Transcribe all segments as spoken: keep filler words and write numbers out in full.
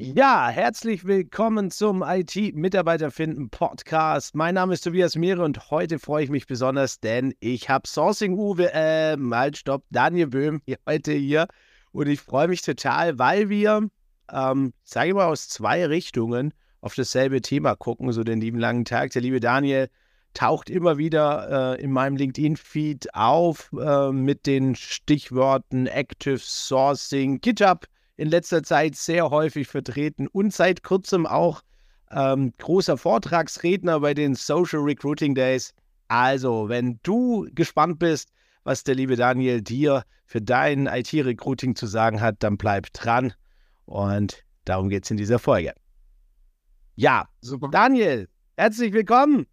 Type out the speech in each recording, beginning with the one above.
Ja, herzlich willkommen zum I T-Mitarbeiter finden Podcast. Mein Name ist Tobias Mehre und heute freue ich mich besonders, denn ich habe Sourcing Uwe, äh, halt stopp, Daniel Böhm hier heute hier und ich freue mich total, weil wir, ähm, ich sage mal aus zwei Richtungen auf dasselbe Thema gucken, so den lieben langen Tag. Der liebe Daniel taucht immer wieder äh, in meinem LinkedIn-Feed auf äh, mit den Stichworten Active Sourcing, GitHub, in letzter Zeit sehr häufig vertreten und seit kurzem auch ähm, großer Vortragsredner bei den Social Recruiting Days. Also, wenn du gespannt bist, was der liebe Daniel dir für dein I T-Recruiting zu sagen hat, dann bleib dran. Und darum geht es in dieser Folge. Ja, Super. Daniel, herzlich willkommen.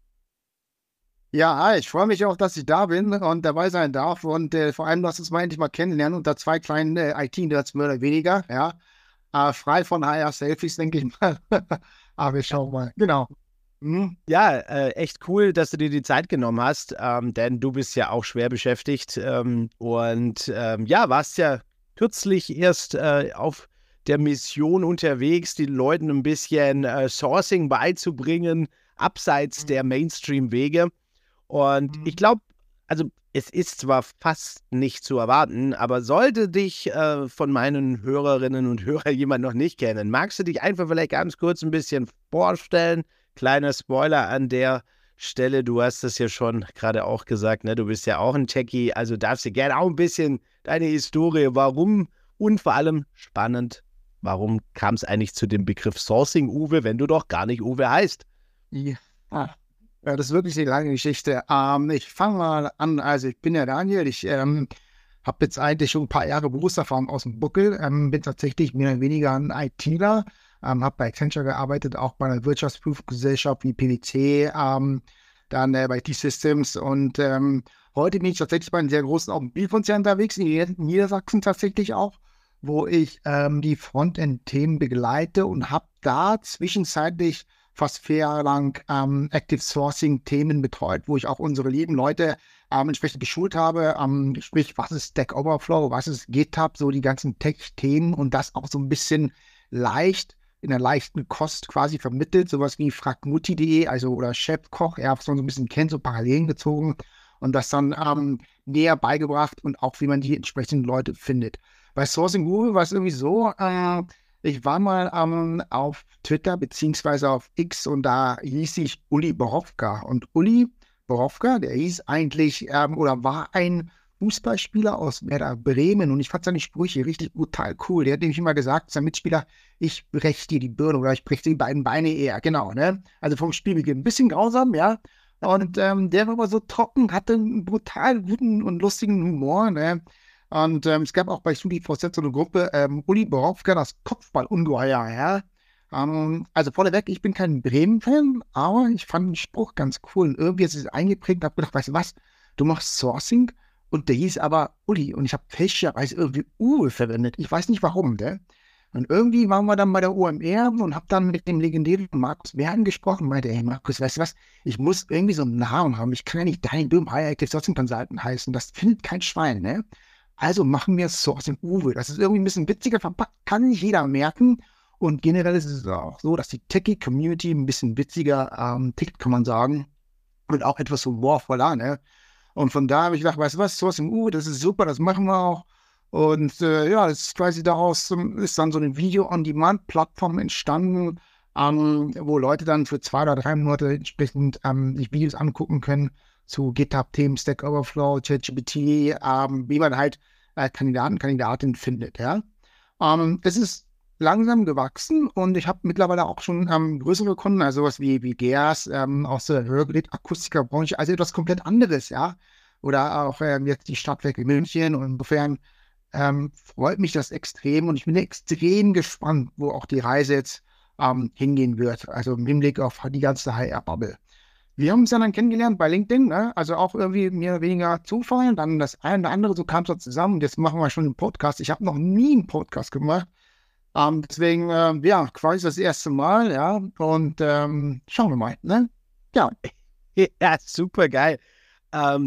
Ja, hi, ich freue mich auch, dass ich da bin und dabei sein darf und äh, vor allem, lass uns mal endlich mal kennenlernen unter zwei kleinen äh, I T-Nerds mehr oder weniger, ja. Äh, frei von H R-Selfies, denke ich mal. Aber wir schauen mal. Genau. Mhm. Ja, äh, echt cool, dass du dir die Zeit genommen hast, ähm, denn du bist ja auch schwer beschäftigt ähm, und ähm, ja, warst ja kürzlich erst äh, auf der Mission unterwegs, den Leuten ein bisschen äh, Sourcing beizubringen, abseits der Mainstream-Wege. Und ich glaube, also es ist zwar fast nicht zu erwarten, aber sollte dich äh, von meinen Hörerinnen und Hörern jemand noch nicht kennen, magst du dich einfach vielleicht ganz kurz ein bisschen vorstellen? Kleiner Spoiler an der Stelle, du hast das ja schon gerade auch gesagt, ne? Du bist ja auch ein Techie, also darfst du gerne auch ein bisschen deine Historie, warum und vor allem spannend, warum kam es eigentlich zu dem Begriff Sourcing Uwe, wenn du doch gar nicht Uwe heißt? Ja. Ah. Ja, das ist wirklich eine lange Geschichte. Ähm, ich fange mal an. Also, ich bin der Daniel. Ich ähm, habe jetzt eigentlich schon ein paar Jahre Berufserfahrung aus dem Buckel. Ähm, bin tatsächlich mehr oder weniger ein ITler. Ähm, habe bei Accenture gearbeitet, auch bei einer Wirtschaftsprüfungsgesellschaft wie PwC, ähm, dann äh, bei T-Systems. Und ähm, heute bin ich tatsächlich bei einem sehr großen Automobilkonzern unterwegs, in Nieder- Niedersachsen tatsächlich auch, wo ich ähm, die Frontend-Themen begleite und habe da zwischenzeitlich fast vier Jahre lang ähm, Active Sourcing-Themen betreut, wo ich auch unsere lieben Leute ähm, entsprechend geschult habe. Ähm, sprich, was ist Stack Overflow, was ist GitHub, so die ganzen Tech-Themen und das auch so ein bisschen leicht, in einer leichten Kost quasi vermittelt. Sowas wie fragmutti punkt de, also oder Chefkoch, ja, was man so ein bisschen kennt, so Parallelen gezogen und das dann ähm, näher beigebracht und auch, wie man die entsprechenden Leute findet. Bei Sourcing Google war es irgendwie so, äh, ich war mal ähm, auf Twitter beziehungsweise auf X und da hieß ich Uli Borowka. Und Uli Borowka, der hieß eigentlich ähm, oder war ein Fußballspieler aus Werder Bremen und ich fand seine Sprüche richtig brutal cool. Der hat nämlich immer gesagt, sein Mitspieler, ich breche dir die Birne oder ich breche dir die beiden Beine eher. Genau, ne? Also vom Spielbeginn. Ein bisschen grausam, ja. Und ähm, der war aber so trocken, hatte einen brutal guten und lustigen Humor, ne? Und ähm, es gab auch bei StudiVZ so eine Gruppe, ähm, Uli Borowka, das Kopfballungeheuer, ja. Ähm, also vorneweg, ich bin kein Bremen-Fan, aber ich fand den Spruch ganz cool. Und irgendwie ist es eingeprägt und habe gedacht, weißt du was, du machst Sourcing und der hieß aber Uli und ich habe fälschlicherweise irgendwie Uwe verwendet. Ich weiß nicht warum, ne? Und irgendwie waren wir dann bei der O M R und habe dann mit dem legendären Markus Werden gesprochen und meinte, hey Markus, weißt du was, ich muss irgendwie so einen Namen haben. Ich kann ja nicht Daniel Böhm High Active Sourcing Consultant heißen. Das findet kein Schwein, ne? Also machen wir Sourcing Uwe. Das ist irgendwie ein bisschen witziger verpackt, kann nicht jeder merken. Und generell ist es auch so, dass die Techie-Community ein bisschen witziger ähm, tickt, kann man sagen. Und auch etwas humorvoller, ne? Und von da habe ich gedacht, weißt du was, Sourcing Uwe, das ist super, das machen wir auch. Und äh, ja, das ist quasi daraus ähm, ist dann so eine Video-on-Demand-Plattform entstanden, ähm, wo Leute dann für zwei oder drei Monate entsprechend ähm, sich Videos angucken können zu GitHub-Themen, Stack Overflow, ChatGPT, ähm, wie man halt äh, Kandidaten, Kandidatinnen findet, ja. Ähm, es ist langsam gewachsen und ich habe mittlerweile auch schon ähm, größere Kunden, also sowas wie, wie G E A S ähm, aus der Hörgerät-Akustiker-Branche, also etwas komplett anderes, ja. Oder auch ähm, jetzt die Stadtwerke München und insofern ähm, freut mich das extrem und ich bin extrem gespannt, wo auch die Reise jetzt ähm, hingehen wird, also im Hinblick auf die ganze H R-Bubble. Wir haben uns ja dann kennengelernt bei LinkedIn, ne? Also auch irgendwie mehr oder weniger Zufall, dann das eine oder andere, so kam es so zusammen und jetzt machen wir schon einen Podcast. Ich habe noch nie einen Podcast gemacht, ähm, deswegen, ähm, ja, quasi das erste Mal, ja, und ähm, schauen wir mal, ne? Ja. Ja, super geil. Ähm,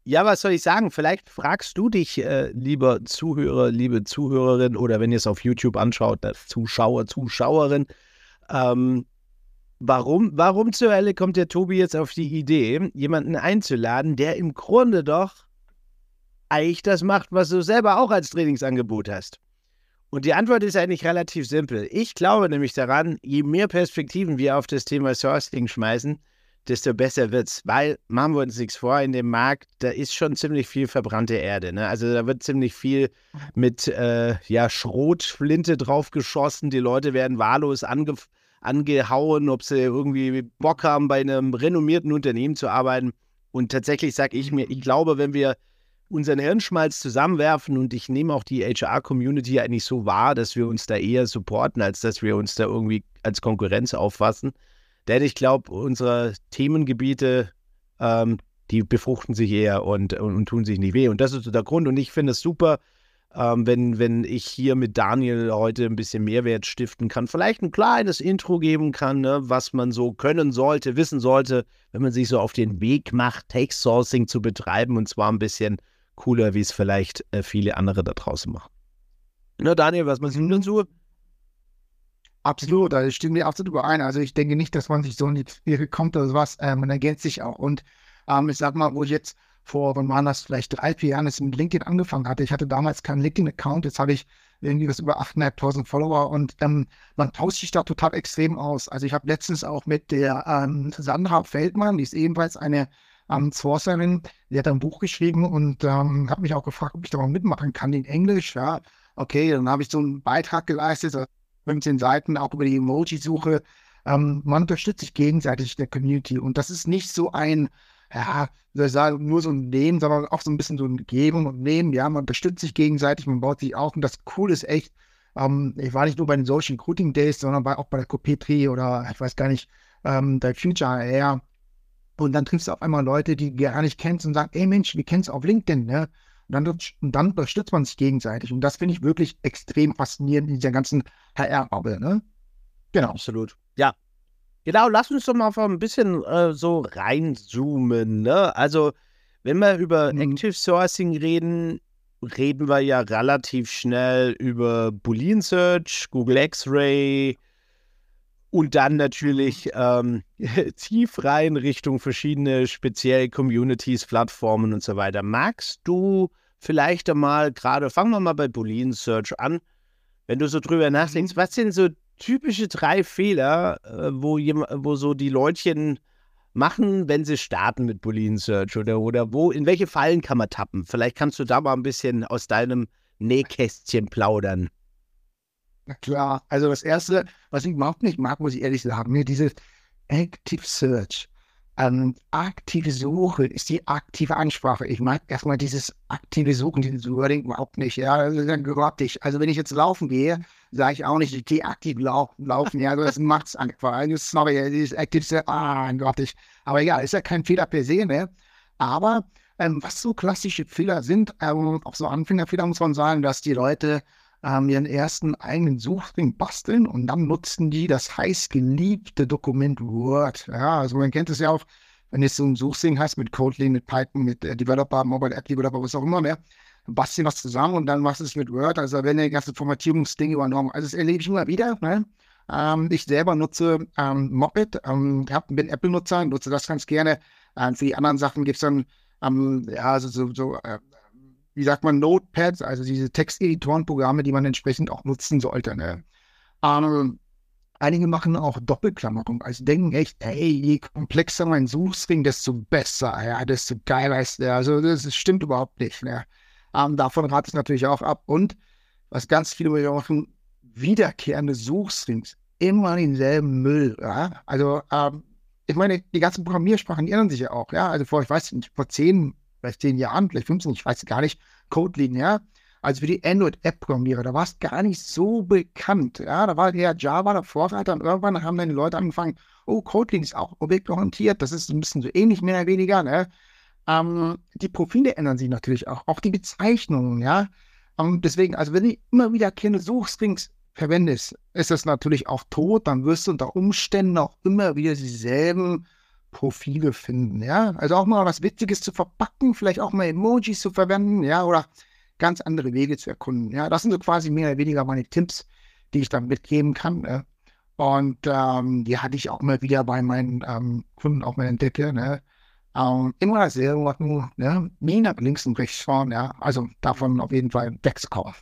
Ja, was soll ich sagen? Vielleicht fragst du dich, äh, lieber Zuhörer, liebe Zuhörerin, oder wenn ihr es auf YouTube anschaut, der Zuschauer, Zuschauerin, ähm, warum, warum zur Hölle kommt der Tobi jetzt auf die Idee, jemanden einzuladen, der im Grunde doch eigentlich das macht, was du selber auch als Trainingsangebot hast? Und die Antwort ist eigentlich relativ simpel. Ich glaube nämlich daran, je mehr Perspektiven wir auf das Thema Sourcing schmeißen, desto besser wird's. Weil, machen wir uns nichts vor, in dem Markt, da ist schon ziemlich viel verbrannte Erde. Ne? Also da wird ziemlich viel mit äh, ja, Schrotflinte draufgeschossen. Die Leute werden wahllos ange angehauen, ob sie irgendwie Bock haben, bei einem renommierten Unternehmen zu arbeiten. Und tatsächlich sage ich mir, ich glaube, wenn wir unseren Hirnschmalz zusammenwerfen, und ich nehme auch die H R-Community eigentlich so wahr, dass wir uns da eher supporten, als dass wir uns da irgendwie als Konkurrenz auffassen. Denn ich glaube, unsere Themengebiete, ähm, die befruchten sich eher und, und, und tun sich nicht weh. Und das ist so der Grund. Und ich finde es super, ähm, wenn, wenn ich hier mit Daniel heute ein bisschen Mehrwert stiften kann, vielleicht ein kleines Intro geben kann, ne, was man so können sollte, wissen sollte, wenn man sich so auf den Weg macht, Take Sourcing zu betreiben, und zwar ein bisschen cooler, wie es vielleicht äh, viele andere da draußen machen. Na, Daniel, was meinst du dazu? Absolut, also ich stimme dir absolut überein. Also ich denke nicht, dass man sich so in die Quere kommt oder sowas. Ähm, man ergänzt sich auch. Und ähm, ich sag mal, wo ich jetzt vor, wann waren das, vielleicht drei, vier Jahren jetzt mit LinkedIn angefangen hatte. Ich hatte damals keinen LinkedIn-Account, jetzt habe ich irgendwie was über achttausendfünfhundert Follower, und ähm, man tauscht sich da total extrem aus. Also ich habe letztens auch mit der ähm, Sandra Feldmann, die ist ebenfalls eine ähm, Sourcerin, die hat ein Buch geschrieben und ähm, habe mich auch gefragt, ob ich da mal mitmachen kann in Englisch. Ja, okay, dann habe ich so einen Beitrag geleistet, fünfzehn Seiten, auch über die Emoji-Suche. Ähm, man unterstützt sich gegenseitig in der Community. Und das ist nicht so ein, ja, soll ich sagen, nur so ein Nehmen, sondern auch so ein bisschen so ein Geben und Nehmen. Ja, man unterstützt sich gegenseitig, man baut sich auf. Und das Coole ist echt, ähm, ich war nicht nur bei den Social Recruiting Days, sondern war auch bei der Copetri oder ich weiß gar nicht, ähm, der Future H R. Und dann triffst du auf einmal Leute, die du gar nicht kennst, und sagst, ey Mensch, wir kennen es auf LinkedIn, ne? Und dann, und dann unterstützt man sich gegenseitig. Und das finde ich wirklich extrem faszinierend in dieser ganzen H R-Bubble, ne? Genau. Absolut. Ja. Genau, lass uns doch mal ein bisschen äh, so reinzoomen, ne? Also, wenn wir über Mhm. Active Sourcing reden, reden wir ja relativ schnell über Boolean Search, Google X-Ray und dann natürlich ähm, tief rein Richtung verschiedene speziell Communities, Plattformen und so weiter. Magst du vielleicht einmal gerade, fangen wir mal bei Boolean Search an, wenn du so drüber nachdenkst, was sind so typische drei Fehler, äh, wo, jem- wo so die Leutchen machen, wenn sie starten mit Boolean Search, oder, oder wo, in welche Fallen kann man tappen? Vielleicht kannst du da mal ein bisschen aus deinem Nähkästchen plaudern. Na klar, also das Erste, was ich überhaupt nicht mag, muss ich ehrlich sagen, ne, dieses Active Search. Ähm, aktive Suche ist die aktive Ansprache. Ich mag erstmal dieses aktive Suchen, dieses Wording überhaupt nicht. Ja, das ist ja grottig. Also wenn ich jetzt laufen gehe, sage ich auch nicht, ich gehe aktiv lau laufen. Ja, also das macht's einfach. Also sorry, dieses Active Search, ah, grottig. Aber egal, ist ja kein Fehler per se, ne? Aber ähm, was so klassische Fehler sind, ähm, auch so Anfängerfehler, muss man sagen, dass die Leute ähm, ihren ersten eigenen Suchstring basteln und dann nutzen die das heißgeliebte Dokument Word. Ja, also man kennt es ja auch, wenn es so ein Suchstring heißt mit Kotlin, mit Python, mit äh, Developer, Mobile App Developer, was auch immer mehr, basteln was zusammen und dann machst du es mit Word. Also da werden die ganzen Formatierungsdinge übernommen. Also das erlebe ich immer wieder. Ne? Ähm, ich selber nutze ähm, Moppet, ähm, hab, bin Apple-Nutzer, nutze das ganz gerne. Ähm, für die anderen Sachen gibt es dann ähm, ja, also so, so äh, wie sagt man, Notepads, also diese Texteditorenprogramme, die man entsprechend auch nutzen sollte. Ne? Ähm, einige machen auch Doppelklammerung, also denken echt, ey, je komplexer mein Suchstring, desto besser, ja, desto geiler ist der. Also das stimmt überhaupt nicht. Ne? Ähm, davon rate ich natürlich auch ab. Und was ganz viele machen, wiederkehrende Suchstrings, immer denselben Müll. Ja? Also ähm, ich meine, die ganzen Programmiersprachen die ändern sich ja auch. Ja? Also vor, ich weiß nicht, vor zehn vielleicht zehn Jahren, vielleicht fünfzehn, ich weiß gar nicht, Kotlin, ja. Also für die Android-App-Programmierer, da war es gar nicht so bekannt. Ja, da war eher Java der Vorreiter und irgendwann haben dann die Leute angefangen, oh, Kotlin ist auch objektorientiert, das ist ein bisschen so ähnlich, mehr oder weniger. Ne? Ähm, die Profile ändern sich natürlich auch, auch die Bezeichnungen, ja. Ähm, deswegen, also wenn du immer wieder keine Suchstrings verwendest, ist das natürlich auch tot, dann wirst du unter Umständen auch immer wieder dieselben Profile finden, ja. Also auch mal was Witziges zu verpacken, vielleicht auch mal Emojis zu verwenden, ja, oder ganz andere Wege zu erkunden. Ja, das sind so quasi mehr oder weniger meine Tipps, die ich dann mitgeben kann. Ne? Und ähm, die hatte ich auch mal wieder bei meinen ähm, Kunden auch mal entdecke. Ne? Ähm, immer dasselbe, was nur, ne? Nie nach links und rechts schauen, ja. Also davon auf jeden Fall wegzukommen.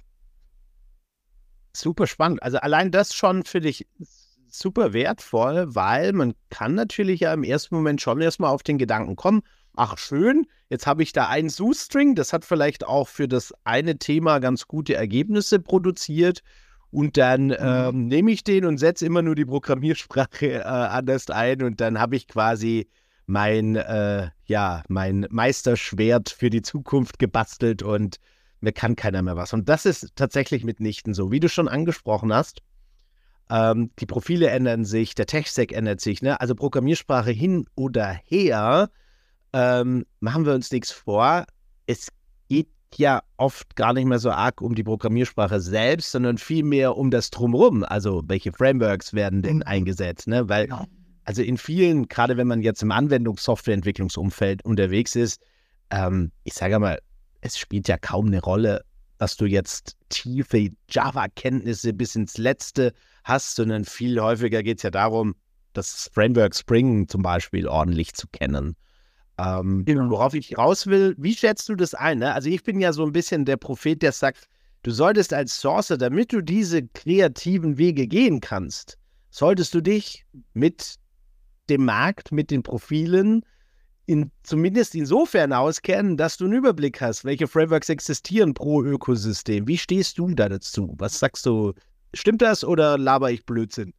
Super spannend. Also allein das schon finde ich super wertvoll, weil man kann natürlich ja im ersten Moment schon erstmal auf den Gedanken kommen, ach schön, jetzt habe ich da einen Sue-String, das hat vielleicht auch für das eine Thema ganz gute Ergebnisse produziert und dann Mhm. ähm, nehme ich den und setze immer nur die Programmiersprache äh, anders ein und dann habe ich quasi mein, äh, ja, mein Meisterschwert für die Zukunft gebastelt und mir kann keiner mehr was. Und das ist tatsächlich mitnichten so. Wie du schon angesprochen hast, ähm, die Profile ändern sich, der Tech-Stack ändert sich, ne? Also Programmiersprache hin oder her, ähm, machen wir uns nichts vor. Es geht ja oft gar nicht mehr so arg um die Programmiersprache selbst, sondern vielmehr um das Drumherum. Also welche Frameworks werden denn Mhm. eingesetzt, ne? Weil, Ja. also in vielen, gerade wenn man jetzt im Anwendungssoftwareentwicklungsumfeld unterwegs ist, ähm, ich sage mal, es spielt ja kaum eine Rolle, dass du jetzt tiefe Java-Kenntnisse bis ins Letzte hast, sondern viel häufiger geht es ja darum, das Framework Spring zum Beispiel ordentlich zu kennen. Ähm, Genau. worauf ich raus will, wie schätzt du das ein? Ne? Also ich bin ja so ein bisschen der Prophet, der sagt, du solltest als Sourcer, damit du diese kreativen Wege gehen kannst, solltest du dich mit dem Markt, mit den Profilen in, zumindest insofern auskennen, dass du einen Überblick hast, welche Frameworks existieren pro Ökosystem. Wie stehst du da dazu? Was sagst du? Stimmt das oder laber ich Blödsinn?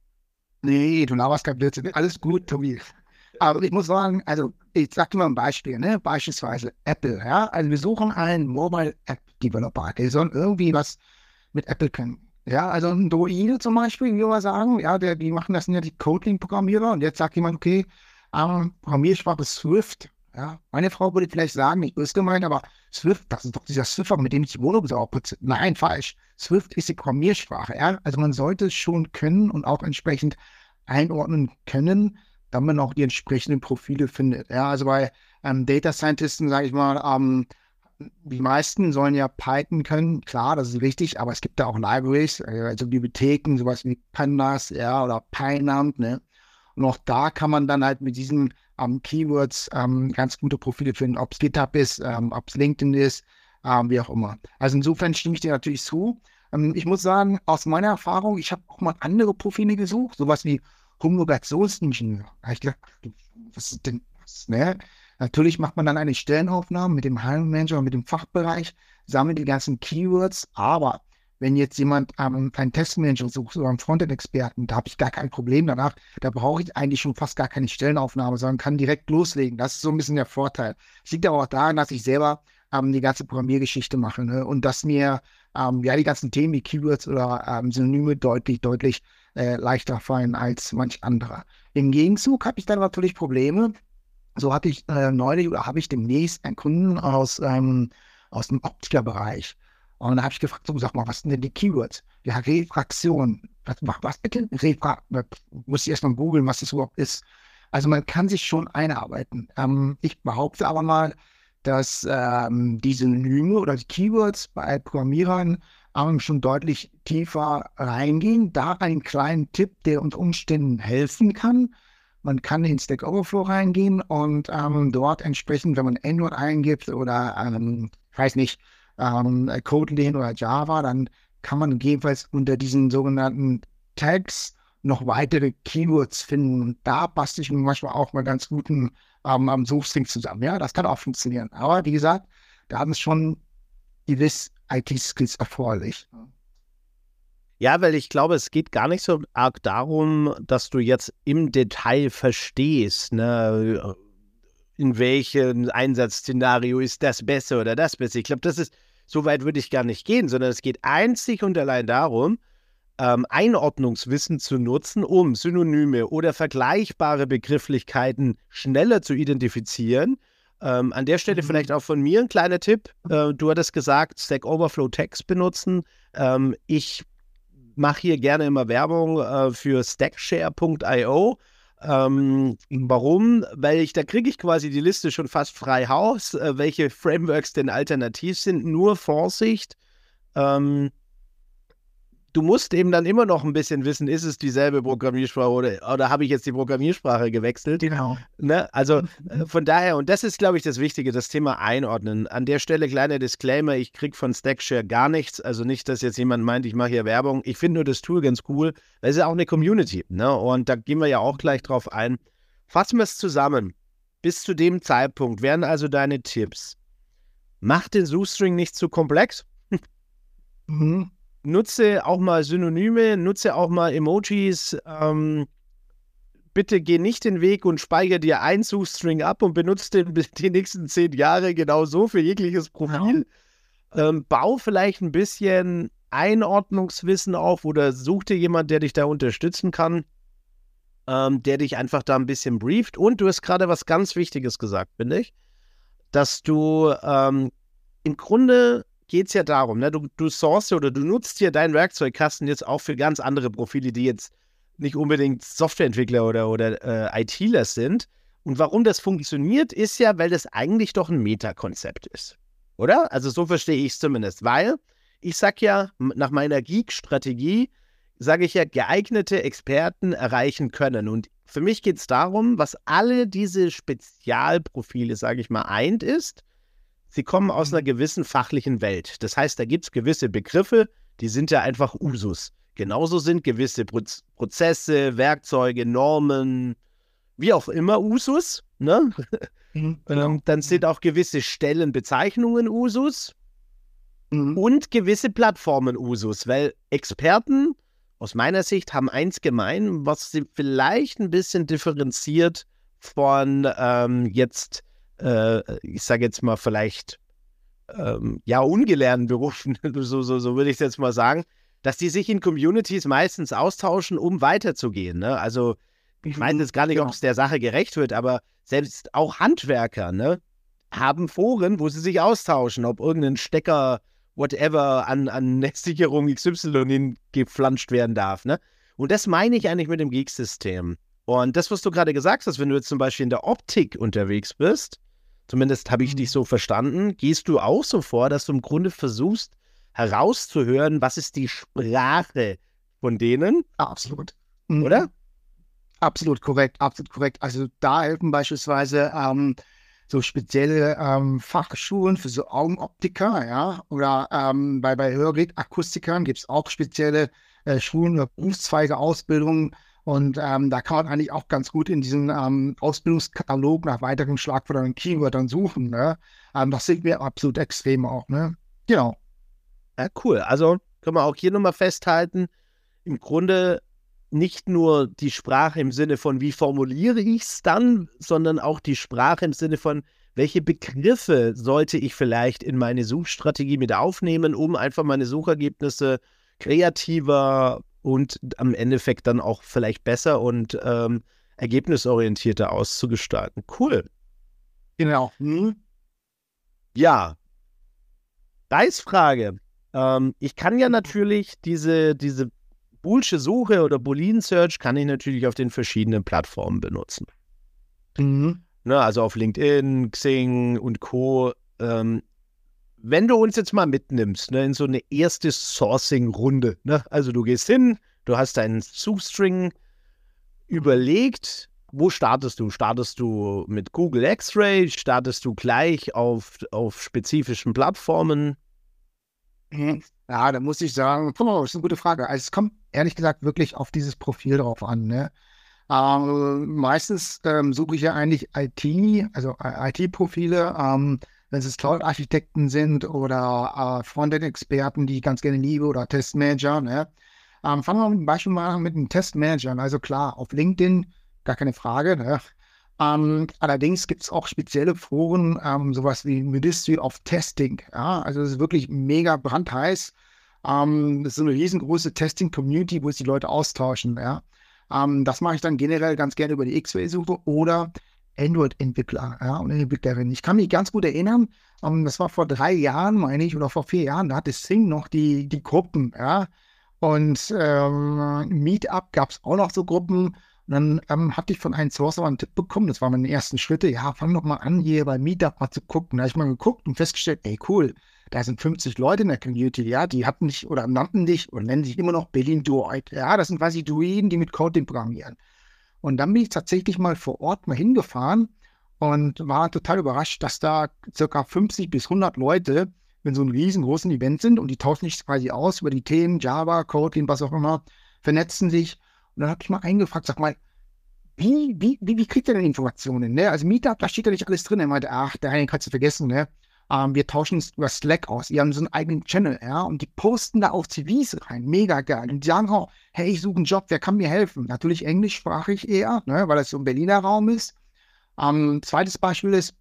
Nee, du laberst kein Blödsinn. Alles gut, Tobi. Aber ich muss sagen, also ich sag dir mal ein Beispiel, ne? Beispielsweise Apple, ja. Also wir suchen einen Mobile App Developer, der soll irgendwie was mit Apple können. Ja, also ein Droide zum Beispiel, wie wir sagen, ja, der, die machen das sind ja die Kotlin-Programmierer und jetzt sagt jemand, okay, ähm, Programmiersprache Swift. Ja, meine Frau würde vielleicht sagen, nicht böse gemeint, aber Swift, das ist doch dieser Swiffer, mit dem ich die Wohnung sauber putze. Nein, falsch. Swift ist die Programmiersprache, ja. Also man sollte es schon können und auch entsprechend einordnen können, damit man auch die entsprechenden Profile findet. Ja, also bei ähm, Data Scientisten, sage ich mal, ähm, die meisten sollen ja Python können, klar, das ist richtig, aber es gibt da auch Libraries, äh, also Bibliotheken, sowas wie Pandas, ja, oder Pinamp, ne? Und auch da kann man dann halt mit diesen ähm, Keywords ähm, ganz gute Profile finden, ob es GitHub ist, ähm, ob es LinkedIn ist, ähm, wie auch immer. Also insofern stimme ich dir natürlich zu. Ähm, ich muss sagen, aus meiner Erfahrung, ich habe auch mal andere Profile gesucht, sowas wie Homologationsingenieur. Da hab ich gedacht, was ist denn das, ne? Natürlich macht man dann eine Stellenaufnahme mit dem Hiring Manager und mit dem Fachbereich, sammelt die ganzen Keywords, aber wenn jetzt jemand ähm, einen Testmanager sucht oder einen Frontend-Experten, da habe ich gar kein Problem danach. Da brauche ich eigentlich schon fast gar keine Stellenaufnahme, sondern kann direkt loslegen. Das ist so ein bisschen der Vorteil. Es liegt aber auch daran, dass ich selber ähm, die ganze Programmiergeschichte mache, ne? Und dass mir ähm, ja die ganzen Themen wie Keywords oder ähm, Synonyme deutlich, deutlich äh, leichter fallen als manch anderer. Im Gegenzug habe ich dann natürlich Probleme. So hatte ich äh, neulich oder habe ich demnächst einen Kunden aus, ähm, aus dem Optikerbereich. Und da habe ich gefragt, so, sag mal, was sind denn die Keywords? Ja, Refraktion. Was, was bitte? Refra muss ich erstmal googeln, was das überhaupt ist. Also man kann sich schon einarbeiten. Ähm, ich behaupte aber mal, dass ähm, die Synonyme oder die Keywords bei Programmierern ähm, schon deutlich tiefer reingehen. Da einen kleinen Tipp, der unter Umständen helfen kann. Man kann in Stack Overflow reingehen und ähm, dort entsprechend, wenn man Android eingibt oder, ähm, ich weiß nicht, ähm, Kotlin oder Java, dann kann man gegebenenfalls unter diesen sogenannten Tags noch weitere Keywords finden. Und da bastel ich mir manchmal auch mal ganz guten ähm, am Suchstring zusammen. Ja, das kann auch funktionieren. Aber wie gesagt, da haben es schon gewisse I T-Skills erforderlich. Ja, weil ich glaube, es geht gar nicht so arg darum, dass du jetzt im Detail verstehst, ne, in welchem Einsatzszenario ist das besser oder das besser. Ich glaube, das ist, so weit würde ich gar nicht gehen, sondern es geht einzig und allein darum, ähm, Einordnungswissen zu nutzen, um Synonyme oder vergleichbare Begrifflichkeiten schneller zu identifizieren. Ähm, an der Stelle Mhm. vielleicht auch von mir ein kleiner Tipp. Äh, du hattest gesagt, Stack Overflow Tags benutzen. Ähm, ich mache hier gerne immer Werbung äh, für Stackshare Punkt io. Ähm, warum? Weil ich, da kriege ich quasi die Liste schon fast frei Haus, äh, welche Frameworks denn alternativ sind. Nur Vorsicht, ähm, du musst eben dann immer noch ein bisschen wissen, ist es dieselbe Programmiersprache oder, oder habe ich jetzt die Programmiersprache gewechselt? Genau. Ne? Also äh, von daher, und das ist, glaube ich, das Wichtige, das Thema Einordnen. An der Stelle kleiner Disclaimer, ich kriege von Stackshare gar nichts. Also nicht, dass jetzt jemand meint, ich mache hier Werbung. Ich finde nur das Tool ganz cool, weil es ist ja auch eine Community. Ne? Und da gehen wir ja auch gleich drauf ein. Fassen wir es zusammen. Bis zu dem Zeitpunkt wären also deine Tipps. Mach den Suchstring nicht zu komplex. Mhm. Nutze auch mal Synonyme, nutze auch mal Emojis. Ähm, bitte geh nicht den Weg und speichere dir ein Suchstring ab und benutze den bis die nächsten zehn Jahre genau so für jegliches Profil. Ja. Ähm, bau vielleicht ein bisschen Einordnungswissen auf oder such dir jemand, der dich da unterstützen kann, ähm, der dich einfach da ein bisschen brieft. Und du hast gerade was ganz Wichtiges gesagt, finde ich, dass du ähm, im Grunde geht es ja darum, ne? du, du source oder du nutzt hier deinen Werkzeugkasten jetzt auch für ganz andere Profile, die jetzt nicht unbedingt Softwareentwickler oder, oder äh, ITler sind. Und warum das funktioniert, ist ja, weil das eigentlich doch ein Metakonzept ist. Oder? Also so verstehe ich es zumindest. Weil ich sage ja, nach meiner Geek-Strategie, sage ich ja, geeignete Experten erreichen können. Und für mich geht es darum, was alle diese Spezialprofile, sage ich mal, eint ist, sie kommen aus einer gewissen fachlichen Welt. Das heißt, da gibt es gewisse Begriffe, die sind ja einfach Usus. Genauso sind gewisse Proz- Prozesse, Werkzeuge, Normen, wie auch immer Usus. Ne? Mhm, genau. ähm, dann sind auch gewisse Stellenbezeichnungen Usus mhm. und gewisse Plattformen Usus, weil Experten aus meiner Sicht haben eins gemein, was sie vielleicht ein bisschen differenziert von ähm, jetzt ich sage jetzt mal vielleicht, ähm, ja, ungelernten Berufen, so, so, so würde ich es jetzt mal sagen, dass die sich in Communities meistens austauschen, um weiterzugehen. Ne? Also ich weiß jetzt gar nicht, ja. ob es der Sache gerecht wird, aber selbst auch Handwerker, ne, haben Foren, wo sie sich austauschen, ob irgendein Stecker, whatever, an, an Netzsicherung X Y hingeflanscht werden darf. Ne? Und das meine ich eigentlich mit dem Geek-System. Und das, was du gerade gesagt hast, wenn du jetzt zum Beispiel in der Optik unterwegs bist, zumindest habe ich dich so verstanden, gehst du auch so vor, dass du im Grunde versuchst herauszuhören, was ist die Sprache von denen? Absolut. Oder? Absolut korrekt, absolut korrekt. Also da helfen beispielsweise ähm, so spezielle ähm, Fachschulen für so Augenoptiker, ja, oder ähm, bei, bei Hörgerätakustikern gibt es auch spezielle äh, Schulen oder Berufszweige, Ausbildungen. Und ähm, da kann man eigentlich auch ganz gut in diesem ähm, Ausbildungskatalog nach weiteren Schlagwörtern und Keywörtern suchen. Ne? Ähm, das sehen wir absolut extrem auch. Ne? Genau. Ja, cool. Also können wir auch hier nochmal festhalten, im Grunde nicht nur die Sprache im Sinne von, wie formuliere ich es dann, sondern auch die Sprache im Sinne von, welche Begriffe sollte ich vielleicht in meine Suchstrategie mit aufnehmen, um einfach meine Suchergebnisse kreativer und am Endeffekt dann auch vielleicht besser und ähm, ergebnisorientierter auszugestalten. Cool. Genau. Hm. Ja. Preisfrage. Ähm, ich kann ja natürlich diese, diese Boolsche Suche oder Boolean Search kann ich natürlich auf den verschiedenen Plattformen benutzen. Mhm. Ne, also auf LinkedIn, Xing und Co. Ähm, wenn du uns jetzt mal mitnimmst, ne, in so eine erste Sourcing-Runde, ne? Also du gehst hin, du hast deinen Suchstring überlegt, wo startest du? Startest du mit Google X-Ray? Startest du gleich auf, auf spezifischen Plattformen? Ja, da muss ich sagen, oh, das ist eine gute Frage. Also es kommt ehrlich gesagt wirklich auf dieses Profil drauf an. Ne? Ähm, meistens ähm, suche ich ja eigentlich I T, also I T-Profile, ähm, wenn es Cloud-Architekten sind oder äh, Frontend-Experten, die ich ganz gerne liebe, oder Testmanager. Ne? Ähm, fangen wir mit dem Beispiel mal an mit den Testmanagern. Also klar, auf LinkedIn, gar keine Frage. Ne? Ähm, allerdings gibt es auch spezielle Foren, ähm, sowas wie Ministry of Testing. Ja? Also es ist wirklich mega brandheiß. Ähm, das ist eine riesengroße Testing-Community, wo sich die Leute austauschen. Ja? Ähm, das mache ich dann generell ganz gerne über die X-Ray-Suche oder Android-Entwickler, ja, und Entwicklerinnen. Ich kann mich ganz gut erinnern, ähm, das war vor drei Jahren, meine ich, oder vor vier Jahren, da hatte Xing noch die, die Gruppen, ja. Und ähm, Meetup gab es auch noch so Gruppen. Und dann ähm, hatte ich von einem Sourcer einen Tipp bekommen, das waren meine ersten Schritte, ja, fang doch mal an, hier bei Meetup mal zu gucken. Da habe ich mal geguckt und festgestellt, ey, cool, da sind fünfzig Leute in der Community, ja, die hatten dich oder nannten dich oder nennen sich immer noch Berlin Droid. Ja, das sind quasi Druiden, die mit Code programmieren. Und dann bin ich tatsächlich mal vor Ort mal hingefahren und war total überrascht, dass da circa fünfzig bis hundert Leute in so einem riesengroßen Event sind und die tauschen sich quasi aus über die Themen Java, Kotlin, was auch immer, vernetzen sich. Und dann habe ich mal eingefragt, sag mal, wie, wie, wie, wie kriegt ihr denn Informationen? Ne? Also Meetup, da steht ja nicht alles drin. Er meinte, ach, den kannst du vergessen, ne? Ähm, wir tauschen uns über Slack aus. Die haben so einen eigenen Channel, ja, und die posten da auch C Vs rein. Mega geil. Und die sagen auch, hey, ich suche einen Job, wer kann mir helfen? Natürlich englischsprachig eher, ne, weil das so ein Berliner Raum ist. Ähm, zweites Beispiel ist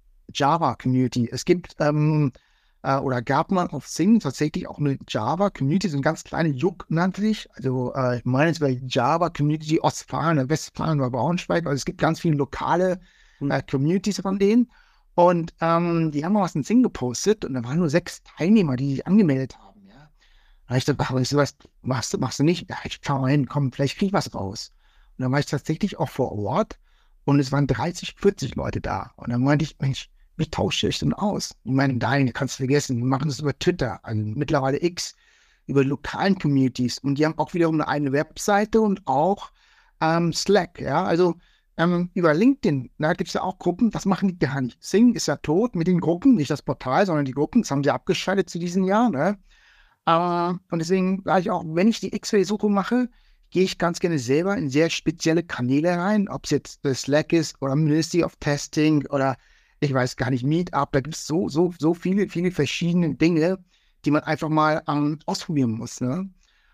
Java Community. Es gibt ähm, äh, oder gab man auf Sing tatsächlich auch eine Java Community, so ein ganz kleiner Juck nannte sich. Also äh, ich meine, es wäre Java Community Ostfalen, Westfalen oder Braunschweig. Also es gibt ganz viele lokale äh, Communities von denen. Und ähm, die haben mal was in Sing gepostet und da waren nur sechs Teilnehmer, die sich angemeldet haben. Ja. Da habe ich gedacht, ach, weißt du was, machst du, machst du nicht? Ja, ich schau mal hin, komm, vielleicht krieg ich was raus. Und dann war ich tatsächlich auch vor Ort und es waren dreißig, vierzig Leute da. Und dann meinte ich, Mensch, wie tausche ich denn aus? Ich meine, nein, kannst du vergessen, wir machen das über Twitter, also mittlerweile X, über lokalen Communities. Und die haben auch wiederum eine eigene Webseite und auch ähm, Slack, ja, also ähm, über LinkedIn, da gibt es ja auch Gruppen, das machen die gar nicht. Sing ist ja tot mit den Gruppen, nicht das Portal, sondern die Gruppen, das haben sie abgeschaltet zu diesem Jahr, ne? Aber, und deswegen sage ich auch, wenn ich die X-Ray-Suche mache, gehe ich ganz gerne selber in sehr spezielle Kanäle rein, ob es jetzt Slack ist oder Ministry of Testing oder ich weiß gar nicht, Meetup, da gibt es so, so, so viele, viele verschiedene Dinge, die man einfach mal ähm, ausprobieren muss. Ne?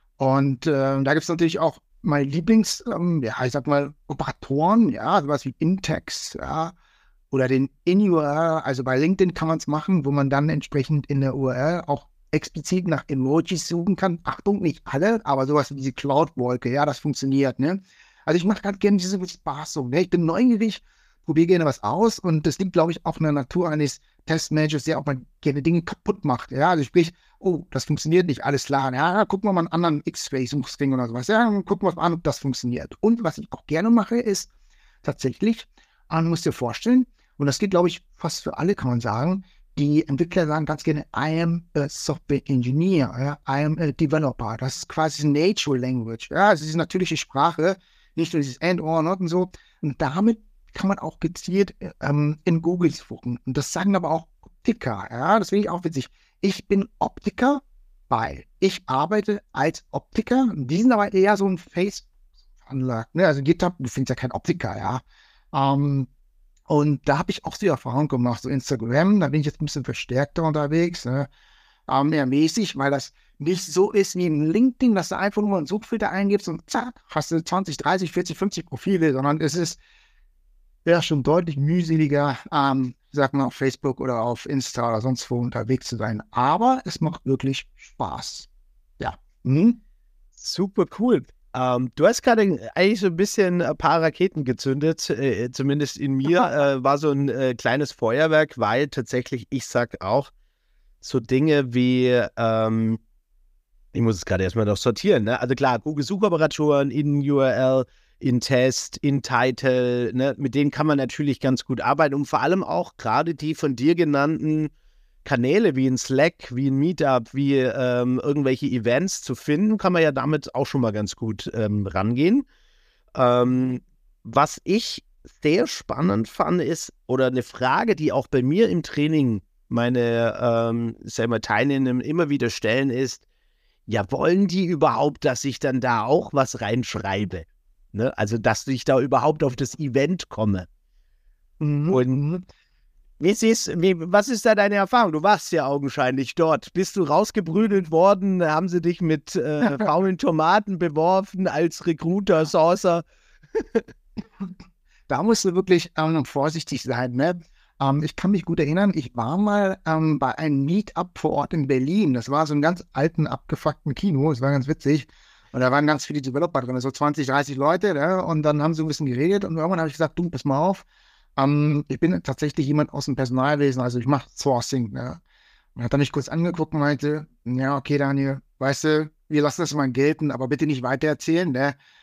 Und äh, da gibt es natürlich auch meine Lieblings, ähm, ja, ich sag mal, Operatoren, ja, sowas wie Intex, ja, oder den In-U R L, also bei LinkedIn kann man es machen, wo man dann entsprechend in der U R L auch explizit nach Emojis suchen kann. Achtung, nicht alle, aber sowas wie diese Cloud-Wolke, ja, das funktioniert, ne? Also ich mache ganz gerne diese Bespaßung, ne? Ich bin neugierig, probiere gerne was aus und das liegt, glaube ich, auch in der Natur eines Testmanagers, der auch mal gerne Dinge kaputt macht, ja, also sprich, oh, das funktioniert nicht, alles klar, ja, gucken wir mal einen anderen X-Ray-Suchstring oder sowas, ja, gucken wir mal an, ob das funktioniert. Und was ich auch gerne mache, ist tatsächlich, man muss dir vorstellen, und das geht, glaube ich, fast für alle, kann man sagen, die Entwickler sagen ganz gerne, I am a software engineer, ja, I am a developer. Das ist quasi Natural Language. Ja, also diese natürliche Sprache, nicht nur dieses and, or, not und so. Und damit kann man auch gezielt ähm, in Google suchen. Und das sagen aber auch Optiker. Ja, das finde ich auch witzig. Ich bin Optiker, weil ich arbeite als Optiker. Die sind aber eher so ein Face-Anlag. Ne? Also GitHub, du findest ja kein Optiker, ja. Ähm, Und da habe ich auch die Erfahrung gemacht, so Instagram, da bin ich jetzt ein bisschen verstärkter unterwegs, ne? Aber mehr mäßig, weil das nicht so ist wie ein LinkedIn, dass du einfach nur einen Suchfilter eingibst und zack, hast du zwanzig, dreißig, vierzig, fünfzig Profile, sondern es ist ja schon deutlich mühseliger, ähm, sag mal, auf Facebook oder auf Insta oder sonst wo unterwegs zu sein. Aber es macht wirklich Spaß. Ja. Mhm. Super cool. Ähm, du hast gerade eigentlich so ein bisschen ein paar Raketen gezündet, äh, zumindest in mir äh, war so ein äh, kleines Feuerwerk, weil tatsächlich, ich sag auch, so Dinge wie, ähm, ich muss es gerade erstmal noch sortieren, ne? Also klar, Google-Suchoperatoren, In-U R L, In-Test, In-Title, ne? Mit denen kann man natürlich ganz gut arbeiten und vor allem auch gerade die von dir genannten Kanäle wie in Slack, wie in Meetup, wie ähm, irgendwelche Events zu finden, kann man ja damit auch schon mal ganz gut ähm, rangehen. Ähm, was ich sehr spannend fand, ist, oder eine Frage, die auch bei mir im Training meine ähm, sag mal, Teilnehmer immer wieder stellen, ist, ja, wollen die überhaupt, dass ich dann da auch was reinschreibe? Ne? Also, dass ich da überhaupt auf das Event komme. Mhm. Und Mhm. Wie siehst, wie, was ist da deine Erfahrung? Du warst ja augenscheinlich dort. Bist du rausgeprügelt worden? Haben sie dich mit äh, faulen Tomaten beworfen als Recruiter, Sourcer? Da musst du wirklich ähm, vorsichtig sein, ne? Ähm, ich kann mich gut erinnern, ich war mal ähm, bei einem Meetup vor Ort in Berlin. Das war so ein ganz alten, abgefuckten Kino. Das war ganz witzig. Und da waren ganz viele Developer drin, so zwanzig, dreißig Leute, ne? Und dann haben sie ein bisschen geredet und irgendwann habe ich gesagt, du, pass mal auf. Ähm, ich bin tatsächlich jemand aus dem Personalwesen, also ich mache Sourcing, ne? Und hat er mich kurz angeguckt und meinte, ja, okay, Daniel, weißt du, wir lassen das mal gelten, aber bitte nicht weitererzählen, ne?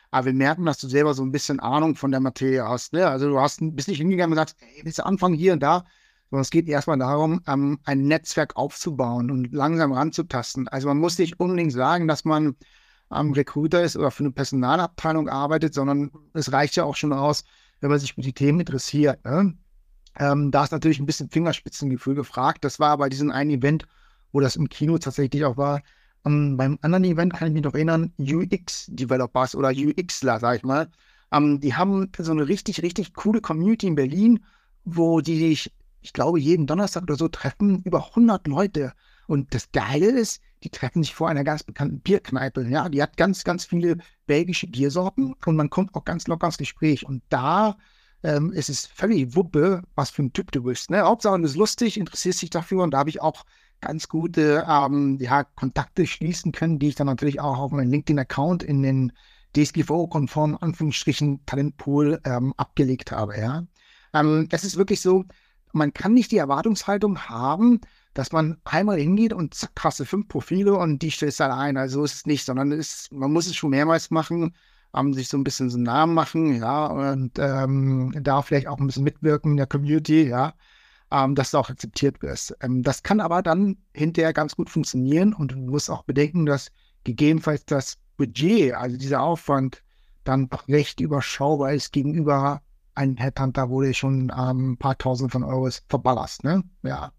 Aber wir merken, dass du selber so ein bisschen Ahnung von der Materie hast. Ne? Also du hast, bist nicht hingegangen und sagst, ey, willst du anfangen hier und da? Sondern es geht erstmal darum, ähm, ein Netzwerk aufzubauen und langsam ranzutasten. Also man muss nicht unbedingt sagen, dass man am Recruiter ist oder für eine Personalabteilung arbeitet, sondern es reicht ja auch schon aus, wenn man sich für die Themen interessiert. Ne? Ähm, da ist natürlich ein bisschen Fingerspitzengefühl gefragt. Das war bei diesem einen Event, wo das im Kino tatsächlich auch war. Um, beim anderen Event kann ich mich noch erinnern, U X-Developers oder UXler, sag ich mal. Um, die haben so eine richtig, richtig coole Community in Berlin, wo die sich, ich glaube, jeden Donnerstag oder so treffen, über hundert Leute. Und das Geile ist, die treffen sich vor einer ganz bekannten Bierkneipe. Ja, die hat ganz, ganz viele belgische Biersorten und man kommt auch ganz locker ins Gespräch. Und da ähm, ist es völlig Wuppe, was für ein Typ du bist. Ne? Hauptsache, du bist lustig, interessierst dich dafür und da habe ich auch ganz gute ähm, ja, Kontakte schließen können, die ich dann natürlich auch auf meinen LinkedIn-Account in den D S G V O-konformen Anführungsstrichen Talentpool ähm, abgelegt habe. Ja? Ähm, es ist wirklich so, man kann nicht die Erwartungshaltung haben, dass man einmal hingeht und zack, hast du fünf Profile und die stellst du dann ein. Also so ist es nicht, sondern es ist, man muss es schon mehrmals machen, ähm, sich so ein bisschen so einen Namen machen, ja, und ähm, da vielleicht auch ein bisschen mitwirken in der Community, ja, ähm, dass du auch akzeptiert wirst. Ähm, das kann aber dann hinterher ganz gut funktionieren und du musst auch bedenken, dass gegebenenfalls das Budget, also dieser Aufwand, dann doch recht überschaubar ist gegenüber einem Headhunter, wo du schon ähm, ein paar Tausend von Euros verballerst, ne? Ja.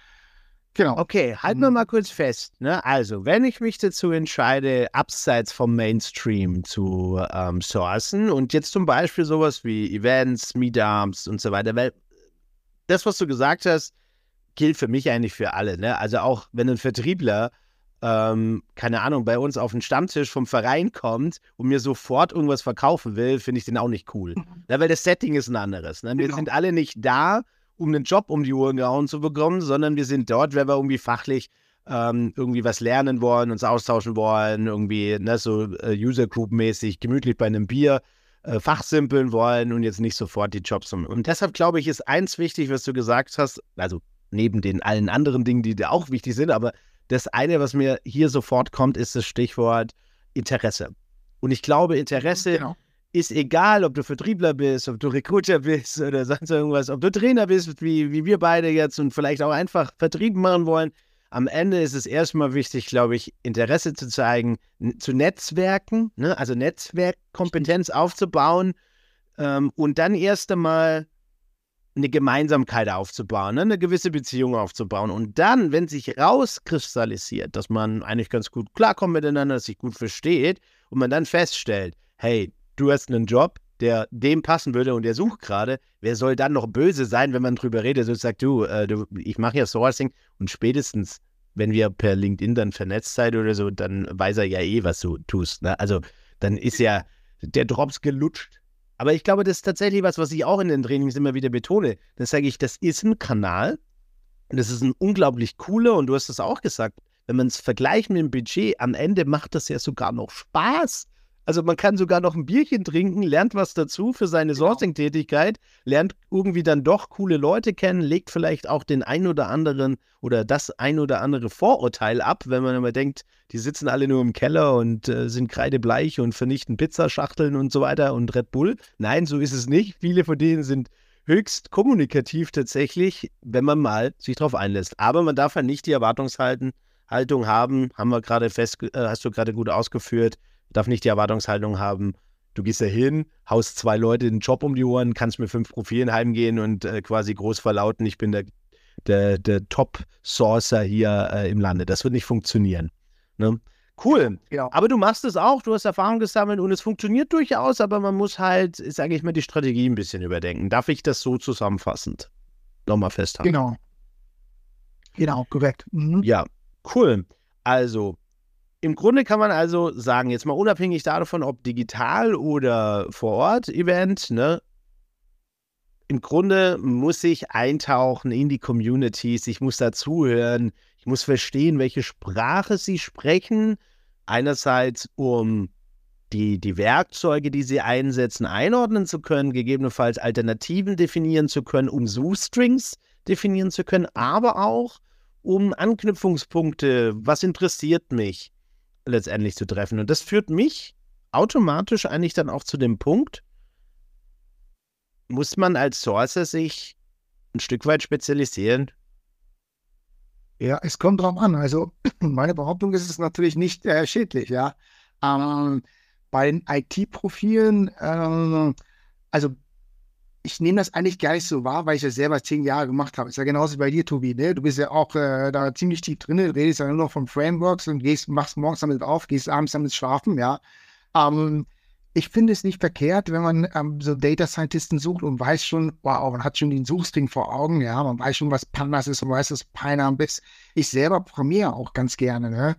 Genau. Okay, halten wir mal kurz fest. Ne? Also, wenn ich mich dazu entscheide, abseits vom Mainstream zu ähm, sourcen und jetzt zum Beispiel sowas wie Events, Meetups und so weiter, weil das, was du gesagt hast, gilt für mich eigentlich für alle. Ne? Also auch wenn ein Vertriebler, ähm, keine Ahnung, bei uns auf den Stammtisch vom Verein kommt und mir sofort irgendwas verkaufen will, finde ich den auch nicht cool. Ne? Weil das Setting ist ein anderes. Ne? Wir Genau. sind alle nicht da, um einen Job um die Ohren gehauen zu bekommen, sondern wir sind dort, weil wir irgendwie fachlich ähm, irgendwie was lernen wollen, uns austauschen wollen, irgendwie ne, so äh, User-Group-mäßig gemütlich bei einem Bier äh, fachsimpeln wollen und jetzt nicht sofort die Jobs um. Und deshalb glaube ich, ist eins wichtig, was du gesagt hast, also neben den allen anderen Dingen, die da auch wichtig sind, aber das eine, was mir hier sofort kommt, ist das Stichwort Interesse. Und ich glaube, Interesse Genau. ist egal, ob du Vertriebler bist, ob du Recruiter bist oder sonst irgendwas, ob du Trainer bist, wie, wie wir beide jetzt und vielleicht auch einfach Vertrieb machen wollen. Am Ende ist es erstmal wichtig, glaube ich, Interesse zu zeigen, n- zu netzwerken, ne? Also Netzwerkkompetenz aufzubauen ähm, und dann erst einmal eine Gemeinsamkeit aufzubauen, ne? Eine gewisse Beziehung aufzubauen. Und dann, wenn sich rauskristallisiert, dass man eigentlich ganz gut klarkommt miteinander, dass sich gut versteht und man dann feststellt, hey, du hast einen Job, der dem passen würde und der sucht gerade, wer soll dann noch böse sein, wenn man drüber redet und sagt, du, äh, du ich mache ja Sourcing und spätestens, wenn wir per LinkedIn dann vernetzt seid oder so, dann weiß er ja eh, was du tust. Ne? Also dann ist ja der Drops gelutscht. Aber ich glaube, das ist tatsächlich was, was ich auch in den Trainings immer wieder betone. Dann sage ich, das ist ein Kanal und das ist ein unglaublich cooler und du hast es auch gesagt, wenn man es vergleicht mit dem Budget, am Ende macht das ja sogar noch Spaß. Also man kann sogar noch ein Bierchen trinken, lernt was dazu für seine Genau. Sourcing-Tätigkeit, lernt irgendwie dann doch coole Leute kennen, legt vielleicht auch den ein oder anderen oder das ein oder andere Vorurteil ab, wenn man immer denkt, die sitzen alle nur im Keller und äh, sind kreidebleich und vernichten Pizzaschachteln und so weiter und Red Bull. Nein, so ist es nicht. Viele von denen sind höchst kommunikativ tatsächlich, wenn man mal sich drauf einlässt. Aber man darf halt nicht die Erwartungshaltung Haltung haben, haben wir gerade fest, äh, hast du gerade gut ausgeführt, darf nicht die Erwartungshaltung haben, du gehst da hin, haust zwei Leute den Job um die Ohren, kannst mit fünf Profilen heimgehen und äh, quasi groß verlauten, ich bin der, der, der Top-Sourcer hier äh, im Lande. Das wird nicht funktionieren. Ne? Cool. Genau. Aber du machst es auch, du hast Erfahrung gesammelt und es funktioniert durchaus, aber man muss halt, sage ich mal, die Strategie ein bisschen überdenken. Darf ich das so zusammenfassend nochmal festhalten? Genau. Genau, korrekt. Mhm. Ja, cool. Also, im Grunde kann man also sagen, jetzt mal unabhängig davon, ob digital oder vor Ort Event, ne? Im Grunde muss ich eintauchen in die Communities, ich muss dazuhören, ich muss verstehen, welche Sprache sie sprechen. Einerseits, um die, die Werkzeuge, die sie einsetzen, einordnen zu können, gegebenenfalls Alternativen definieren zu können, um Suchstrings definieren zu können, aber auch um Anknüpfungspunkte, was interessiert mich, letztendlich zu treffen. Und das führt mich automatisch eigentlich dann auch zu dem Punkt, muss man als Sourcer sich ein Stück weit spezialisieren? Ja, es kommt drauf an. Also meine Behauptung ist es natürlich nicht äh, schädlich, ja. Ähm, bei den I T-Profilen, ähm, also ich nehme das eigentlich gar nicht so wahr, weil ich das selber zehn Jahre gemacht habe. Ist ja genauso wie bei dir, Tobi, ne? Du bist ja auch äh, da ziemlich tief drin, du redest ja nur noch von Frameworks und gehst, machst morgens damit auf, gehst abends damit schlafen, ja. Ähm, ich finde es nicht verkehrt, wenn man ähm, so Data Scientisten sucht und weiß schon, wow, man hat schon den Suchstring vor Augen, ja, man weiß schon, was Pandas ist und weiß, was Pinamp ist. Ich selber programmiere auch ganz gerne, ne?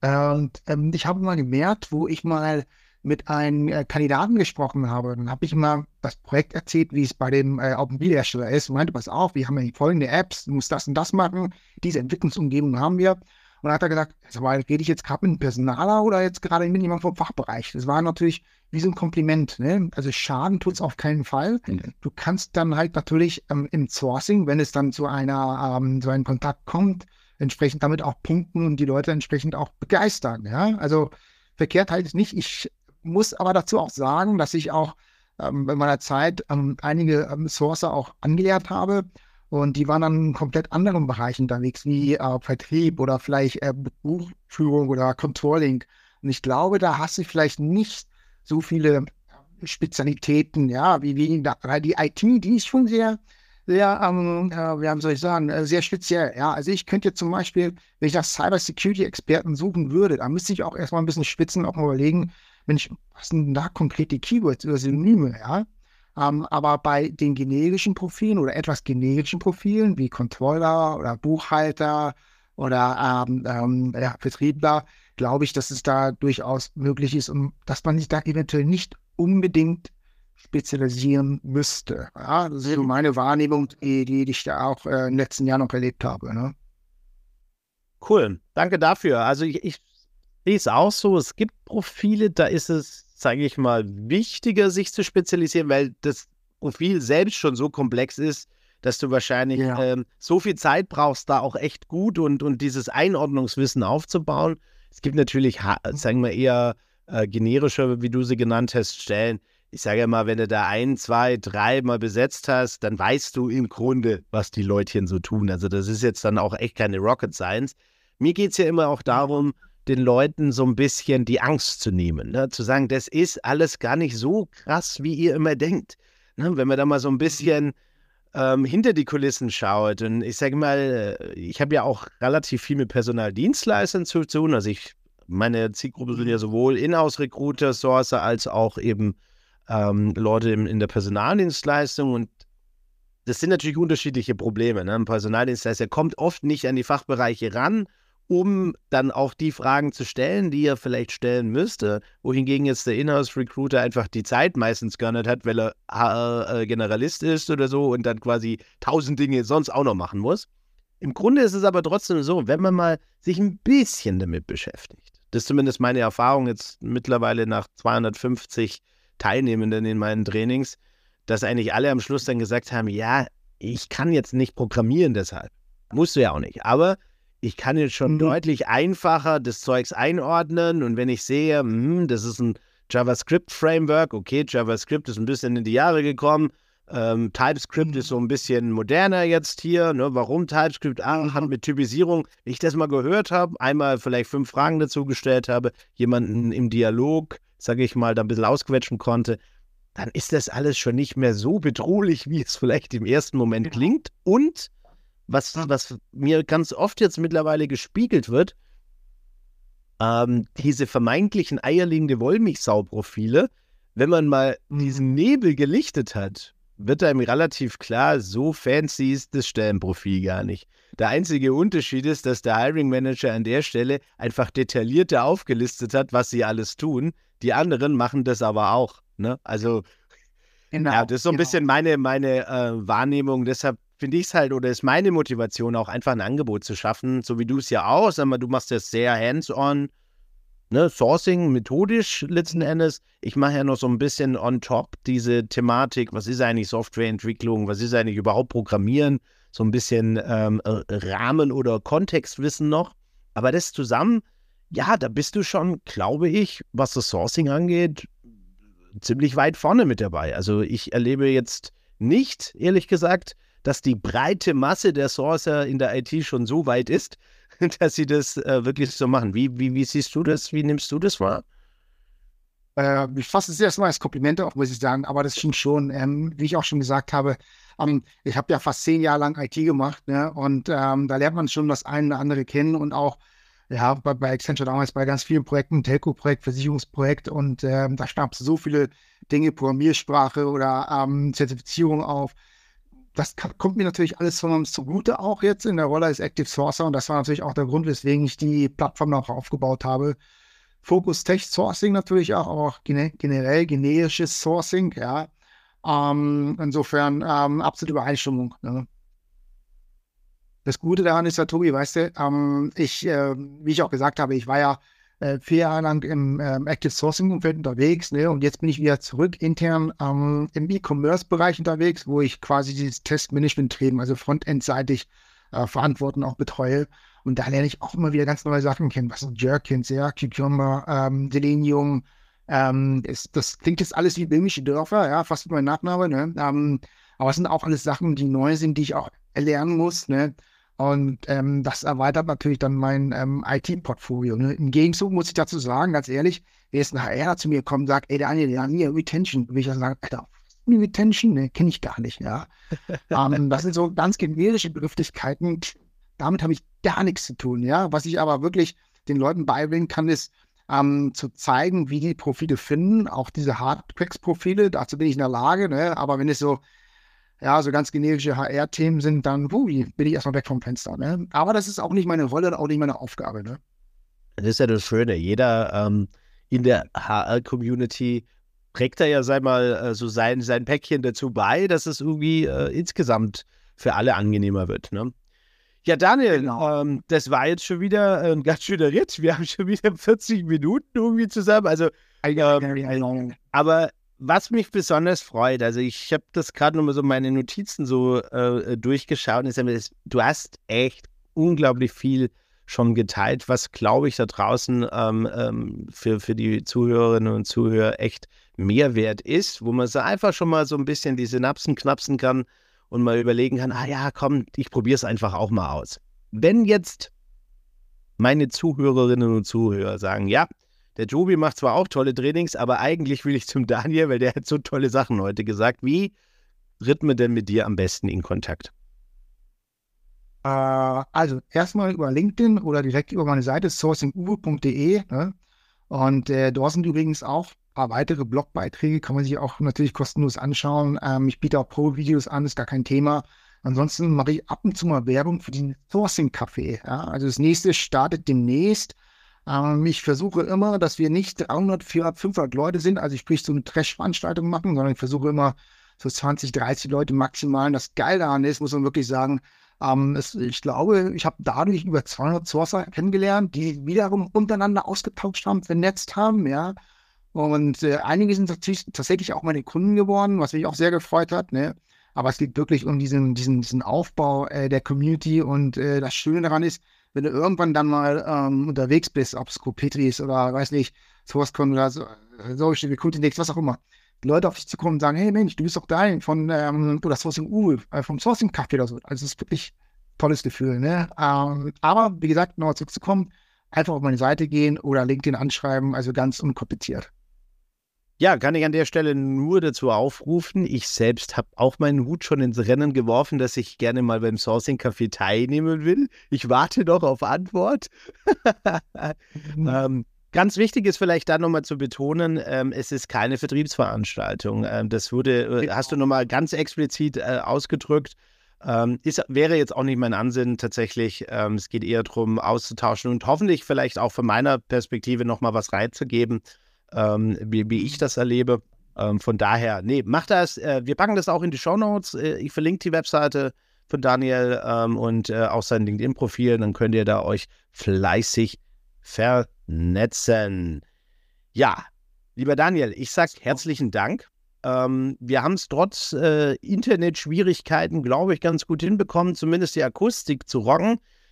Und ähm, ich habe mal gemerkt, wo ich mal mit einem äh, Kandidaten gesprochen habe, dann habe ich mal das Projekt erzählt, wie es bei dem äh, Automobilhersteller ist. Und meinte, pass auf, wir haben ja folgende Apps, du musst das und das machen, diese Entwicklungsumgebung haben wir. Und dann hat er gesagt, sag mal, rede ich jetzt gerade mit einem Personaler oder jetzt gerade mit jemandem vom Fachbereich? Das war natürlich wie so ein Kompliment, ne? Also Schaden tut es auf keinen Fall. Mhm. Du kannst dann halt natürlich ähm, im Sourcing, wenn es dann zu einer, ähm, so einem Kontakt kommt, entsprechend damit auch punkten und die Leute entsprechend auch begeistern, ja? Also verkehrt halt nicht. Ich muss aber dazu auch sagen, dass ich auch ähm, in meiner Zeit ähm, einige ähm, Sourcer auch angelehrt habe und die waren dann in komplett anderen Bereichen unterwegs, wie äh, Vertrieb oder vielleicht äh, Buchführung oder Controlling. Und ich glaube, da hast du vielleicht nicht so viele Spezialitäten, ja, wie, wie da, weil die I T, die ist schon sehr, sehr, ähm, äh, wie soll ich sagen, äh, sehr speziell, ja. Also ich könnte jetzt zum Beispiel, wenn ich nach Cyber-Security-Experten suchen würde, da müsste ich auch erstmal ein bisschen spitzen, auch mal überlegen, Mensch, was sind denn da konkrete Keywords oder Synonyme, ja? Ähm, aber bei den generischen Profilen oder etwas generischen Profilen wie Controller oder Buchhalter oder ähm, ähm, ja, Vertriebler, glaube ich, dass es da durchaus möglich ist und dass man sich da eventuell nicht unbedingt spezialisieren müsste. Ja, das ist so meine Wahrnehmung, die, die ich da auch äh, in den letzten Jahren noch erlebt habe. Ne? Cool, danke dafür. Also ich, ich sehe es auch so, es gibt Profile, da ist es, sage ich mal, wichtiger, sich zu spezialisieren, weil das Profil selbst schon so komplex ist, dass du wahrscheinlich ja. ähm, so viel Zeit brauchst, da auch echt gut und, und dieses Einordnungswissen aufzubauen. Es gibt natürlich, sagen wir eher äh, generische, wie du sie genannt hast, Stellen. Ich sage ja mal, wenn du da ein, zwei, drei mal besetzt hast, dann weißt du im Grunde, was die Leutchen so tun. Also das ist jetzt dann auch echt keine Rocket Science. Mir geht es ja immer auch darum, den Leuten so ein bisschen die Angst zu nehmen. Ne? Zu sagen, das ist alles gar nicht so krass, wie ihr immer denkt. Ne? Wenn man da mal so ein bisschen ähm, hinter die Kulissen schaut. Und ich sage mal, ich habe ja auch relativ viel mit Personaldienstleistern zu tun. Also ich, meine Zielgruppe sind ja sowohl Inhouse-Recruiter, Sourcer, als auch eben ähm, Leute in, in der Personaldienstleistung. Und das sind natürlich unterschiedliche Probleme. Ne? Ein Personaldienstleister kommt oft nicht an die Fachbereiche ran, um dann auch die Fragen zu stellen, die er vielleicht stellen müsste, wohingegen jetzt der Inhouse-Recruiter einfach die Zeit meistens gar nicht hat, weil er H R-Generalist ist oder so und dann quasi tausend Dinge sonst auch noch machen muss. Im Grunde ist es aber trotzdem so, wenn man mal sich ein bisschen damit beschäftigt, das ist zumindest meine Erfahrung jetzt mittlerweile nach zweihundertfünfzig Teilnehmenden in meinen Trainings, dass eigentlich alle am Schluss dann gesagt haben, ja, ich kann jetzt nicht programmieren deshalb. Musst du ja auch nicht, aber ich kann jetzt schon mhm. deutlich einfacher das Zeugs einordnen und wenn ich sehe, hm, das ist ein JavaScript-Framework, okay, JavaScript ist ein bisschen in die Jahre gekommen, ähm, TypeScript mhm. ist so ein bisschen moderner jetzt hier, ne? Warum TypeScript? Ah, hat mit Typisierung, wenn ich das mal gehört habe, einmal vielleicht fünf Fragen dazu gestellt habe, jemanden im Dialog, sage ich mal, da ein bisschen ausquetschen konnte, dann ist das alles schon nicht mehr so bedrohlich, wie es vielleicht im ersten Moment genau. klingt und Was, was mir ganz oft jetzt mittlerweile gespiegelt wird, ähm, diese vermeintlichen eierlegende Wollmilchsau-Profile, wenn man mal mhm. diesen Nebel gelichtet hat, wird einem relativ klar, so fancy ist das Stellenprofil gar nicht. Der einzige Unterschied ist, dass der Hiring Manager an der Stelle einfach detaillierter aufgelistet hat, was sie alles tun. Die anderen machen das aber auch. Ne? Also, genau, ja, das ist so ein genau. bisschen meine, meine äh, Wahrnehmung. Deshalb finde ich es halt, oder ist meine Motivation auch einfach ein Angebot zu schaffen, so wie du es ja auch, sag mal, du machst das sehr hands-on, ne, Sourcing, methodisch letzten Endes. Ich mache ja noch so ein bisschen on top diese Thematik, was ist eigentlich Softwareentwicklung, was ist eigentlich überhaupt Programmieren, so ein bisschen ähm, Rahmen- oder Kontextwissen noch. Aber das zusammen ja, da bist du schon, glaube ich, was das Sourcing angeht, ziemlich weit vorne mit dabei. Also ich erlebe jetzt nicht, ehrlich gesagt, dass die breite Masse der Sourcer in der I T schon so weit ist, dass sie das äh, wirklich so machen. Wie, wie, wie siehst du das? Wie nimmst du das wahr? Äh, ich fasse es erstmal als Komplimente auf, muss ich sagen, aber das stimmt schon. Ähm, wie ich auch schon gesagt habe, ähm, ich habe ja fast zehn Jahre lang I T gemacht, ne? Und ähm, da lernt man schon das eine oder andere kennen und auch ja, bei, bei Accenture damals bei ganz vielen Projekten, Telco-Projekt, Versicherungsprojekt und ähm, da gab es so viele Dinge, Programmiersprache oder ähm, Zertifizierung auf. Das kann, kommt mir natürlich alles von uns zugute, auch jetzt in der Rolle als Active Sourcer. Und das war natürlich auch der Grund, weswegen ich die Plattform auch aufgebaut habe. Fokus Tech Sourcing natürlich auch, aber auch gene generell generisches Sourcing, ja. Ähm, insofern ähm, absolute Übereinstimmung. Ne? Das Gute daran ist ja, Tobi, weißt du, ähm, ich, äh, wie ich auch gesagt habe, ich war ja äh, vier Jahre lang im ähm, Active Sourcing Umfeld unterwegs, ne? Und jetzt bin ich wieder zurück intern ähm, im E-Commerce-Bereich unterwegs, wo ich quasi dieses Testmanagement-Themen, also Frontend-seitig äh, verantworten, auch betreue. Und da lerne ich auch immer wieder ganz neue Sachen kennen. Was sind Jerkins, ja, Cucumber, ähm, Selenium. Ähm, ist, das klingt jetzt alles wie böhmische Dörfer, ja, fast wie mein Nachname, ne? Ähm, aber es sind auch alles Sachen, die neu sind, die ich auch erlernen muss, ne? Und ähm, das erweitert natürlich dann mein ähm, I T-Portfolio. Ne? Im Gegenzug muss ich dazu sagen, ganz ehrlich, wer jetzt ein H R zu mir kommt und sagt, ey Daniel, ja, hier Retention, will ich dann sagen, Alter, Retention, ne, kenne ich gar nicht, ja. ähm, das sind so ganz generische Begrifflichkeiten, damit habe ich gar nichts zu tun, ja. Was ich aber wirklich den Leuten beibringen kann, ist ähm, zu zeigen, wie die Profile finden, auch diese Hardtracks-Profile, dazu bin ich in der Lage, ne? Aber wenn es so ja, so ganz generische H R-Themen sind, dann hui, bin ich erstmal weg vom Fenster. Ne? Aber das ist auch nicht meine Rolle und auch nicht meine Aufgabe. Ne? Das ist ja das Schöne. Jeder ähm, in der H R-Community trägt da ja, sei mal, äh, so sein, sein Päckchen dazu bei, dass es irgendwie äh, insgesamt für alle angenehmer wird. Ne? Ja, Daniel, Genau. ähm, das war jetzt schon wieder ein ganz schöner Ritt. Wir haben schon wieder vierzig Minuten irgendwie zusammen. Also, ähm, aber was mich besonders freut, also ich habe das gerade nochmal so meine Notizen so äh, durchgeschaut, ist, ist, du hast echt unglaublich viel schon geteilt, was, glaube ich, da draußen ähm, ähm, für, für die Zuhörerinnen und Zuhörer echt Mehrwert ist, wo man so einfach schon mal so ein bisschen die Synapsen knapsen kann und mal überlegen kann, ah ja, komm, ich probiere es einfach auch mal aus. Wenn jetzt meine Zuhörerinnen und Zuhörer sagen, ja, der Joby macht zwar auch tolle Trainings, aber eigentlich will ich zum Daniel, weil der hat so tolle Sachen heute gesagt. Wie tritt man denn mit dir am besten in Kontakt? Äh, also erstmal über LinkedIn oder direkt über meine Seite sourcing uwe punkt de. Ne? Und äh, dort sind übrigens auch ein paar weitere Blogbeiträge, kann man sich auch natürlich kostenlos anschauen. Ähm, ich biete auch Pro-Videos an, ist gar kein Thema. Ansonsten mache ich ab und zu mal Werbung für den Sourcing-Café. Ja? Also das nächste startet demnächst. Ähm, ich versuche immer, dass wir nicht dreihundert, vierhundert, fünfhundert Leute sind, also sprich so eine Trash-Veranstaltung machen, sondern ich versuche immer so zwanzig, dreißig Leute maximal. Und das Geile daran ist, muss man wirklich sagen, ähm, es, ich glaube, ich habe dadurch über zweihundert Sourcer kennengelernt, die wiederum untereinander ausgetauscht haben, vernetzt haben, ja. Und äh, einige sind tatsächlich, tatsächlich auch meine Kunden geworden, was mich auch sehr gefreut hat, ne. Aber es geht wirklich um diesen, diesen, diesen Aufbau äh, der Community und äh, das Schöne daran ist, wenn du irgendwann dann mal ähm, unterwegs bist, ob es Copetri ist oder, weiß nicht, SourceCon oder so, Social Recruiting Index, was auch immer, die Leute auf dich zukommen und sagen, hey Mensch, du bist doch Daniel von, ähm, oder Sourcing Uwe, äh, vom Sourcing Café oder so. Also es ist wirklich ein tolles Gefühl, ne? Ähm, aber, wie gesagt, nochmal zurückzukommen, einfach auf meine Seite gehen oder LinkedIn anschreiben, also ganz unkompliziert. Ja, kann ich an der Stelle nur dazu aufrufen. Ich selbst habe auch meinen Hut schon ins Rennen geworfen, dass ich gerne mal beim Sourcing Café teilnehmen will. Ich warte noch auf Antwort. ähm, ganz wichtig ist vielleicht da nochmal zu betonen, ähm, es ist keine Vertriebsveranstaltung. Ähm, das wurde, äh, hast du nochmal ganz explizit äh, ausgedrückt. Ähm, ist, wäre jetzt auch nicht mein Ansinnen tatsächlich. Ähm, es geht eher darum, auszutauschen und hoffentlich vielleicht auch von meiner Perspektive nochmal was reinzugeben. Ähm, wie, wie ich das erlebe. Ähm, von daher, nee, mach das. Äh, wir packen das auch in die Shownotes. Äh, ich verlinke die Webseite von Daniel ähm, und äh, auch sein LinkedIn-Profil. Dann könnt ihr da euch fleißig vernetzen. Ja, lieber Daniel, ich sage herzlichen Dank. Ähm, wir haben es trotz äh, Internetschwierigkeiten, glaube ich, ganz gut hinbekommen, zumindest die Akustik zu rocken.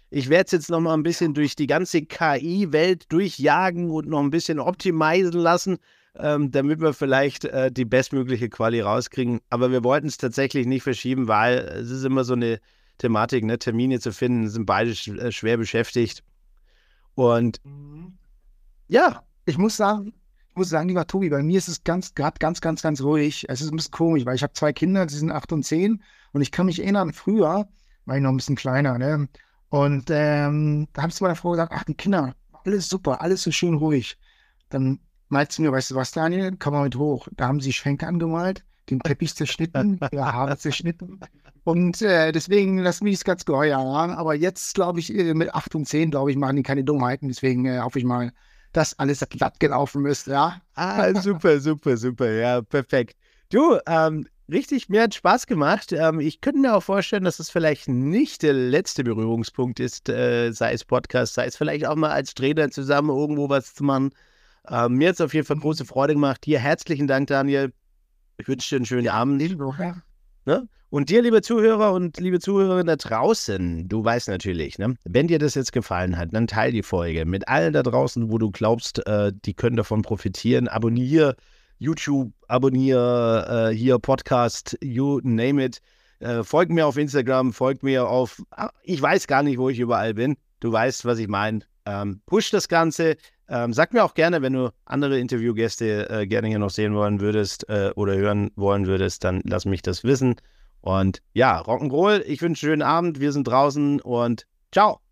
Ich werde es jetzt noch mal ein bisschen durch die ganze K I-Welt durchjagen und noch ein bisschen optimisieren lassen, ähm, damit wir vielleicht äh, die bestmögliche Quali rauskriegen. Aber wir wollten es tatsächlich nicht verschieben, weil es ist immer so eine Thematik, ne? Termine zu finden, sind beide sch äh, schwer beschäftigt. Und Mhm. ja, Ich muss sagen, ich muss sagen, lieber Tobi, bei mir ist es ganz, gerade ganz, ganz, ganz ruhig. Es ist ein bisschen komisch, weil ich habe zwei Kinder, die sind acht und zehn und ich kann mich erinnern, früher war ich noch ein bisschen kleiner, ne? Und ähm, da habe ich zu meiner Frau gesagt, ach, die Kinder, alles super, alles so schön ruhig. Dann meinte sie mir, weißt du was, Daniel, komm mal mit hoch. Da haben sie Schränke angemalt, den Teppich zerschnitten, ihre Haare zerschnitten. Und äh, deswegen lassen mich das ganz geheuer. Ja? Aber jetzt, glaube ich, äh, mit acht und zehn, glaube ich, machen die keine Dummheiten. Deswegen äh, hoffe ich mal, dass alles glatt gelaufen ist, ja. ah, super, super, super, ja, perfekt. Du, ähm, richtig, mir hat Spaß gemacht. Ähm, ich könnte mir auch vorstellen, dass es vielleicht nicht der letzte Berührungspunkt ist, äh, sei es Podcast, sei es vielleicht auch mal als Trainer zusammen irgendwo was zu machen. Ähm, mir hat es auf jeden Fall große Freude gemacht. Dir herzlichen Dank, Daniel. Ich wünsche dir einen schönen Abend. Ja. Ne? Und dir, liebe Zuhörer und liebe Zuhörerinnen da draußen, du weißt natürlich, ne? Wenn dir das jetzt gefallen hat, dann teil die Folge mit allen da draußen, wo du glaubst, äh, die können davon profitieren. Abonnier YouTube, abonnier äh, hier Podcast, you name it. Äh, folg mir auf Instagram, folg mir auf, ich weiß gar nicht, wo ich überall bin. Du weißt, was ich meine. Ähm, push das Ganze. Ähm, sag mir auch gerne, wenn du andere Interviewgäste äh, gerne hier noch sehen wollen würdest äh, oder hören wollen würdest, dann lass mich das wissen. Und ja, Rock'n'Roll, ich wünsche einen schönen Abend, wir sind draußen und ciao.